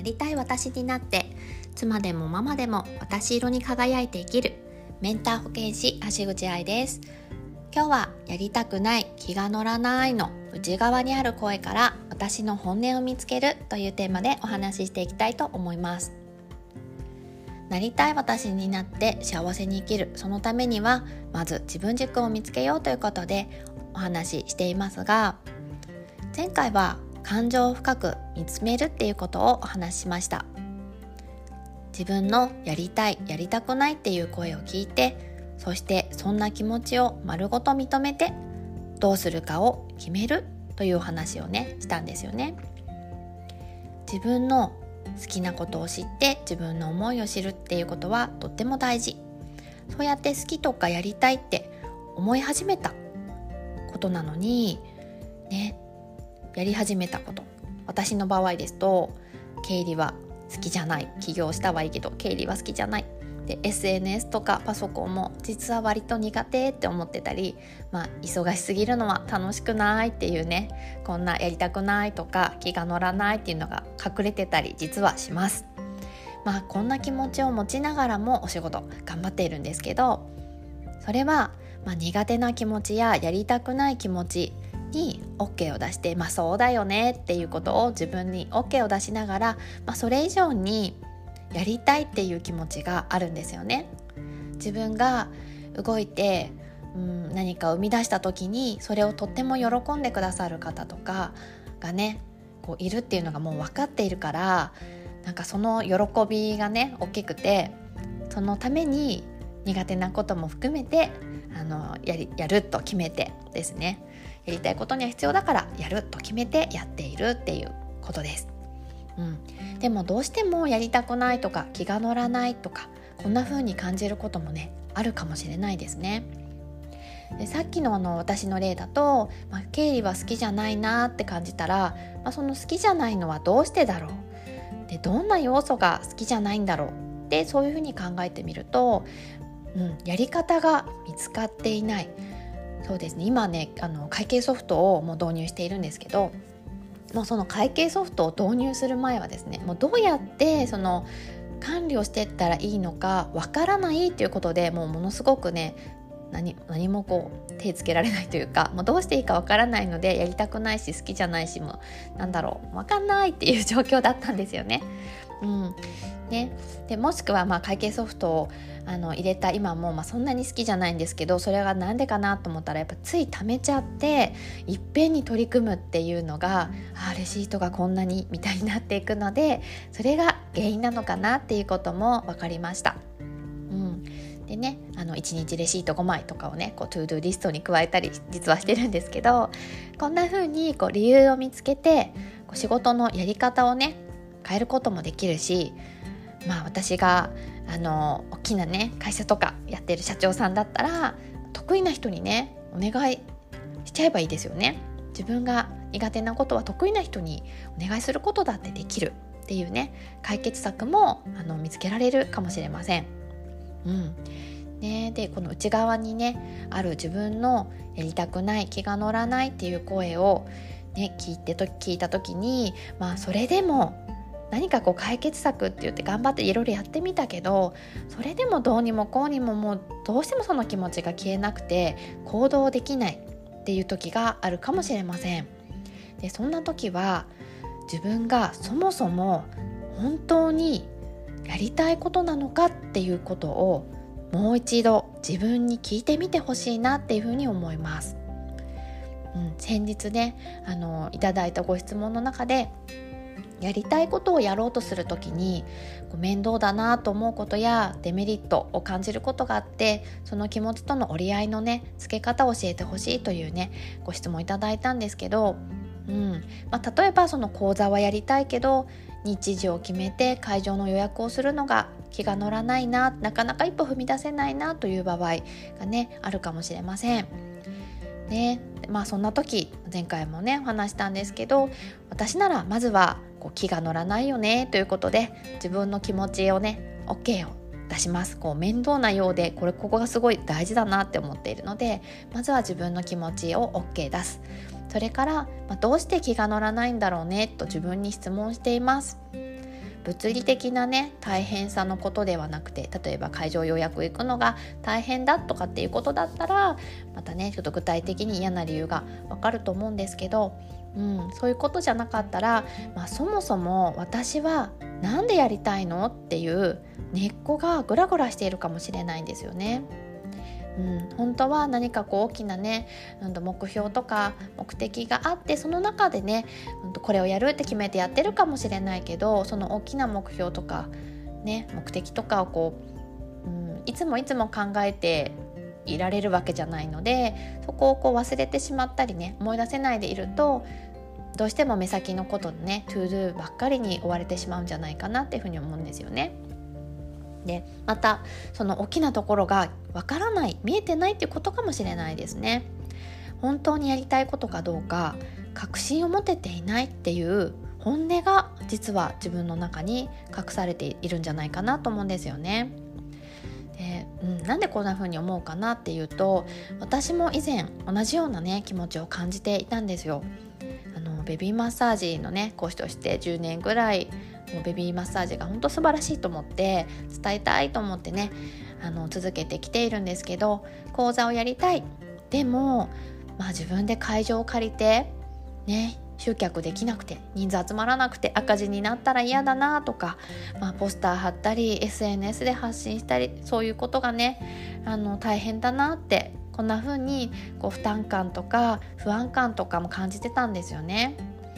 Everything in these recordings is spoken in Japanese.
りたい私になって妻でもママでも私色に輝いて生きるメンター保健師橋口愛です。今日はやりたくない気が乗らないの内側にある声から私の本音を見つけるというテーマでお話ししていきたいと思います。なりたい私になって幸せに生きる、そのためにはまず自分軸を見つけようということでお話ししていますが、前回は感情を深く見つめるっていうことをお話ししました。自分のやりたいやりたくないっていう声を聞いて、そしてそんな気持ちを丸ごと認めてどうするかを決めるというお話をしたんですよね。自分の好きなことを知って自分の思いを知るっていうことはとっても大事。そうやって好きとかやりたいって思い始めたことなのにやり始めたこと、私の場合ですと経理は好きじゃない、起業したはいいけど経理は好きじゃないで、 SNS とかパソコンも実は割と苦手って思ってたり、忙しすぎるのは楽しくないっていうこんなやりたくないとか気が乗らないっていうのが隠れてたり実はします。こんな気持ちを持ちながらもお仕事頑張っているんですけど、それは苦手な気持ちややりたくない気持ちに OK を出して、そうだよねっていうことを自分に OK を出しながら、それ以上にやりたいっていう気持ちがあるんですよね。自分が動いて何かを生み出した時にそれをとっても喜んでくださる方とかがいるっていうのがもう分かっているから、その喜びが大きくて、そのために苦手なことも含めてやると決めてですね、やりたいことには必要だからやると決めてやっているっていうことです。でもどうしてもやりたくないとか気が乗らないとか、こんな風に感じることもあるかもしれないですね。でさっきの私の例だと、経理は好きじゃないなって感じたら、その好きじゃないのはどうしてだろうで、どんな要素が好きじゃないんだろうって、そういう風に考えてみると、やり方が見つかっていない。そうですね、今会計ソフトをもう導入しているんですけど、もうその会計ソフトを導入する前はですね、もうどうやってその管理をしていったらいいのかわからないっていうことで、ものすごく何も手つけられないというか、もうどうしていいかわからないので、やりたくないし好きじゃないし、もうわかんないっていう状況だったんですよね。でもしくは会計ソフトを入れた今もそんなに好きじゃないんですけど、それがなんでかなと思ったら、やっぱつい貯めちゃっていっぺんに取り組むっていうのが、レシートがこんなにみたいになっていくので、それが原因なのかなっていうことも分かりました。で1日レシート5枚とかをトゥードゥリストに加えたり実はしてるんですけど、こんな風に理由を見つけて仕事のやり方を変えることもできるし、私が大きな会社とかやってる社長さんだったら、得意な人にお願いしちゃえばいいですよね。自分が苦手なことは得意な人にお願いすることだってできるっていう解決策も見つけられるかもしれません。でこの内側にある自分のやりたくない気が乗らないっていう声を聞いた時に、それでも何か解決策って言って頑張っていろいろやってみたけど、それでもどうにもこうにももうどうしてもその気持ちが消えなくて行動できないっていう時があるかもしれません。でそんな時は、自分がそもそも本当にやりたいことなのかっていうことをもう一度自分に聞いてみてほしいなっていうふうに思います。先日いただいたご質問の中で、やりたいことをやろうとするときに面倒だなと思うことやデメリットを感じることがあって、その気持ちとの折り合いのつけ方を教えてほしいというご質問いただいたんですけど、例えばその講座はやりたいけど日時を決めて会場の予約をするのが気が乗らないな、なかなか一歩踏み出せないなという場合があるかもしれません。そんな時、前回もお話したんですけど、私ならまずは気が乗らないよねということで、自分の気持ちをOK を出します。面倒なようでここがすごい大事だなって思っているので、まずは自分の気持ちを OK 出す。それから、どうして気が乗らないんだろうねと自分に質問しています。 物理的なね大変さのことではなくて、例えば会場予約行くのが大変だとかっていうことだったらまたねちょっと具体的に嫌な理由がわかると思うんですけど、そういうことじゃなかったら、そもそも私はなんでやりたいのっていう根っこがグラグラしているかもしれないんですよね。本当は何か大きなね目標とか目的があって、その中でねこれをやるって決めてやってるかもしれないけど、その大きな目標とかね目的とかをいつも考えていられるわけじゃないので、そこを忘れてしまったりね思い出せないでいると、どうしても目先のことのねトゥードゥばっかりに追われてしまうんじゃないかなっていうふうに思うんですよね。でまたその大きなところがわからない、見えてないっていうことかもしれないですね。本当にやりたいことかどうか確信を持てていないっていう本音が実は自分の中に隠されているんじゃないかなと思うんですよね。でなんでこんな風に思うかなっていうと、私も以前同じようなね気持ちを感じていたんですよ。ベビーマッサージのね講師として10年ぐらいもうベビーマッサージが本当素晴らしいと思って伝えたいと思ってね続けてきているんですけど、講座をやりたい、でも自分で会場を借りてね集客できなくて人数集まらなくて赤字になったら嫌だなとか、ポスター貼ったり SNS で発信したり、そういうことがね大変だなって、こんな風に負担感とか不安感とかも感じてたんですよね。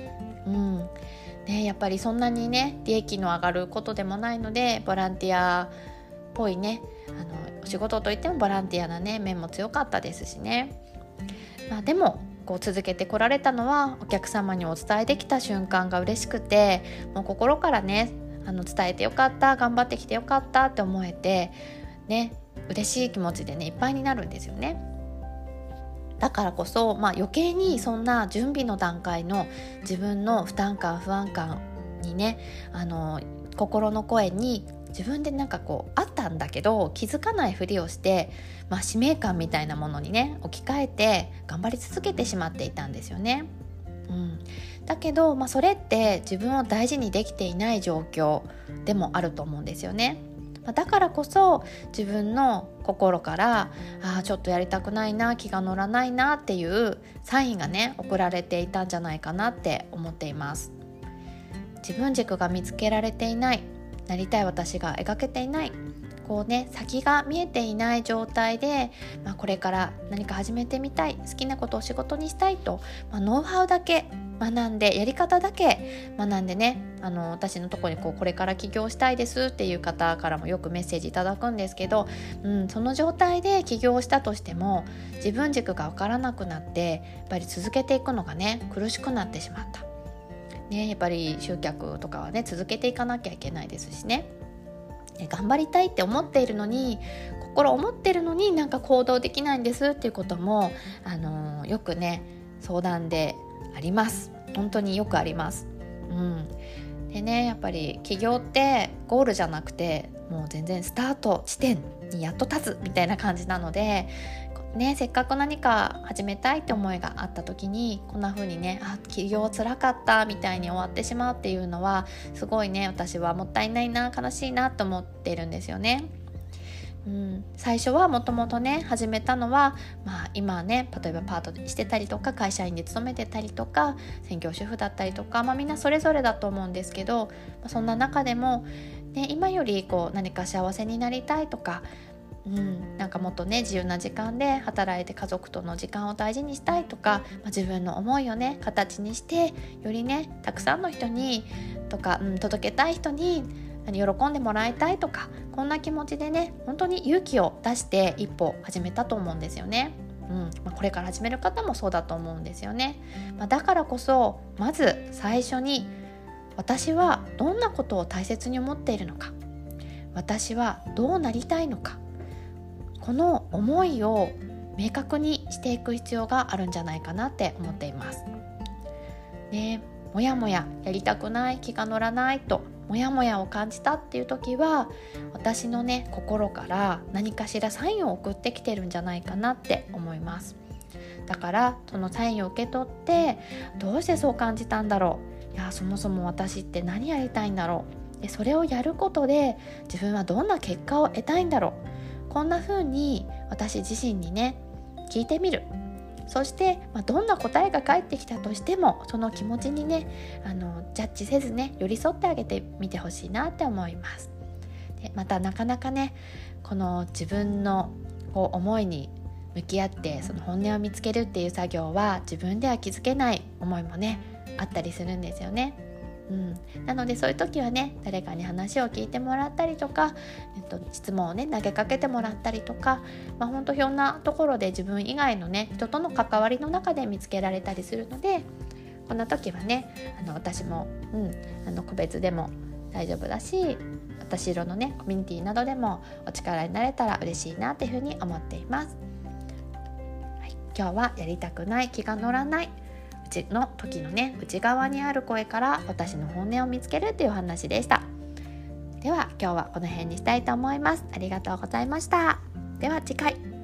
やっぱりそんなにね利益の上がることでもないので、ボランティアっぽいねお仕事といってもボランティアなね面も強かったですしね。でも続けてこられたのはお客様にお伝えできた瞬間が嬉しくて、もう心からね伝えてよかった、頑張ってきてよかったって思えてね、嬉しい気持ちでねいっぱいになるんですよね。だからこそ、余計にそんな準備の段階の自分の負担感不安感にね心の声に自分であったんだけど気づかないふりをして、使命感みたいなものにね置き換えて頑張り続けてしまっていたんですよね。だけど、それって自分を大事にできていない状況でもあると思うんですよね。だからこそ自分の心からちょっとやりたくないな、気が乗らないなっていうサインがね送られていたんじゃないかなって思っています。自分軸が見つけられていない、なりたい私が描けていない、先が見えていない状態で、これから何か始めてみたい、好きなことを仕事にしたいと、ノウハウだけ学んで、やり方だけ学んでね私のところにこれから起業したいですっていう方からもよくメッセージいただくんですけど、その状態で起業したとしても自分軸が分からなくなって、やっぱり続けていくのがね苦しくなってしまった、やっぱり集客とかはね続けていかなきゃいけないですしね。頑張りたいって思っているのに、心思ってるのに行動できないんですっていうこともよくね相談であります。本当によくあります。でね、やっぱり起業ってゴールじゃなくてもう全然スタート地点にやっと立つみたいな感じなのでせっかく何か始めたいって思いがあった時にこんな風にね起業辛かったみたいに終わってしまうっていうのはすごいね私はもったいないな、悲しいなと思っているんですよね。最初はもともとね始めたのは、今ね例えばパートしてたりとか会社員で勤めてたりとか専業主婦だったりとか、みんなそれぞれだと思うんですけど、そんな中でも、今より何か幸せになりたいとか、もっとね自由な時間で働いて家族との時間を大事にしたいとか、自分の思いをね形にしてよりねたくさんの人にとか、届けたい人に喜んでもらいたいとか、こんな気持ちでね本当に勇気を出して一歩始めたと思うんですよね。これから始める方もそうだと思うんですよね。だからこそまず最初に私はどんなことを大切に思っているのか、私はどうなりたいのか、この思いを明確にしていく必要があるんじゃないかなって思っています。もやもややりたくない、気が乗らないともやもやを感じたっていう時は私のね心から何かしらサインを送ってきてるんじゃないかなって思います。だからそのサインを受け取ってどうしてそう感じたんだろう、そもそも私って何やりたいんだろう、 でそれをやることで自分はどんな結果を得たいんだろう、こんな風に私自身にね聞いてみる。そして、どんな答えが返ってきたとしてもその気持ちにねジャッジせずね寄り添ってあげてみてほしいなって思います。でまたなかなかねこの自分の思いに向き合ってその本音を見つけるっていう作業は自分では気づけない思いもねあったりするんですよね。なのでそういう時はね誰かに話を聞いてもらったりとか、質問をね投げかけてもらったりとか、本当ひょんなところで自分以外のね人との関わりの中で見つけられたりするので、こんな時はね私も、個別でも大丈夫だし、私色のねコミュニティなどでもお力になれたら嬉しいなっていうふうに思っています。今日はやりたくない気が乗らないうちの時のね内側にある声から私の本音を見つけるっていうお話でした。では今日はこの辺にしたいと思います。ありがとうございました。では次回。